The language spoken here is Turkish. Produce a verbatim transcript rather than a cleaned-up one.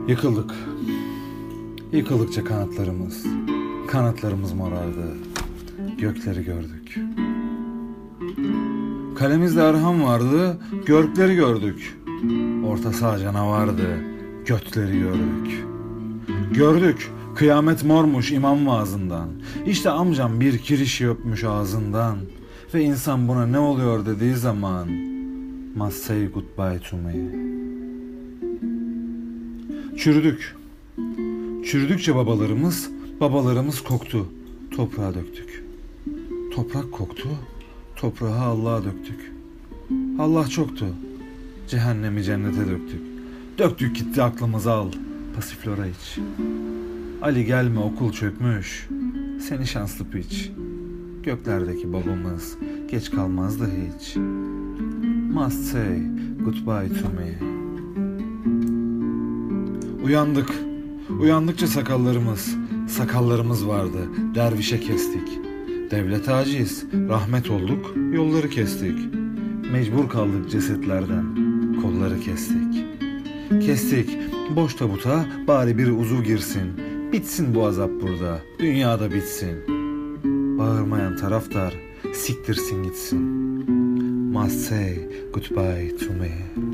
Yıkıldık. Yıkıldıkça kanatlarımız, kanatlarımız morardı. Gökleri gördük. Kalemizde Erhan vardı, görkleri gördük. Orta saha canavardı, götleri gördük. Gördük, kıyamet mormuş imam vaazından. İşte amcam bir kirişi öpmüş ağzından. Ve insan buna ne oluyor dediği zaman must say goodbye to me. Çürüdük. Çürüdükçe babalarımız, babalarımız koktu. Toprağa döktük. Toprak koktu, toprağı Allah'a döktük. Allah çoktu, cehennemi cennete döktük. Döktük gitti aklımızı al, pasiflora iç. Ali gelme okul çökmüş, seni şanslı piç. Göklerdeki babamız geç kalmazdı hiç. Must say goodbye to me. Uyandık, uyandıkça sakallarımız, sakallarımız vardı, dervişe kestik. Devlet aciz, rahmet olduk, yolları kestik. Mecbur kaldık cesetlerden, kolları kestik. Kestik, boş tabuta bari bir uzuv girsin. Bitsin bu azap burada, dünyada bitsin. Bağırmayan taraftar, siktirsin gitsin. Must say goodbye to me.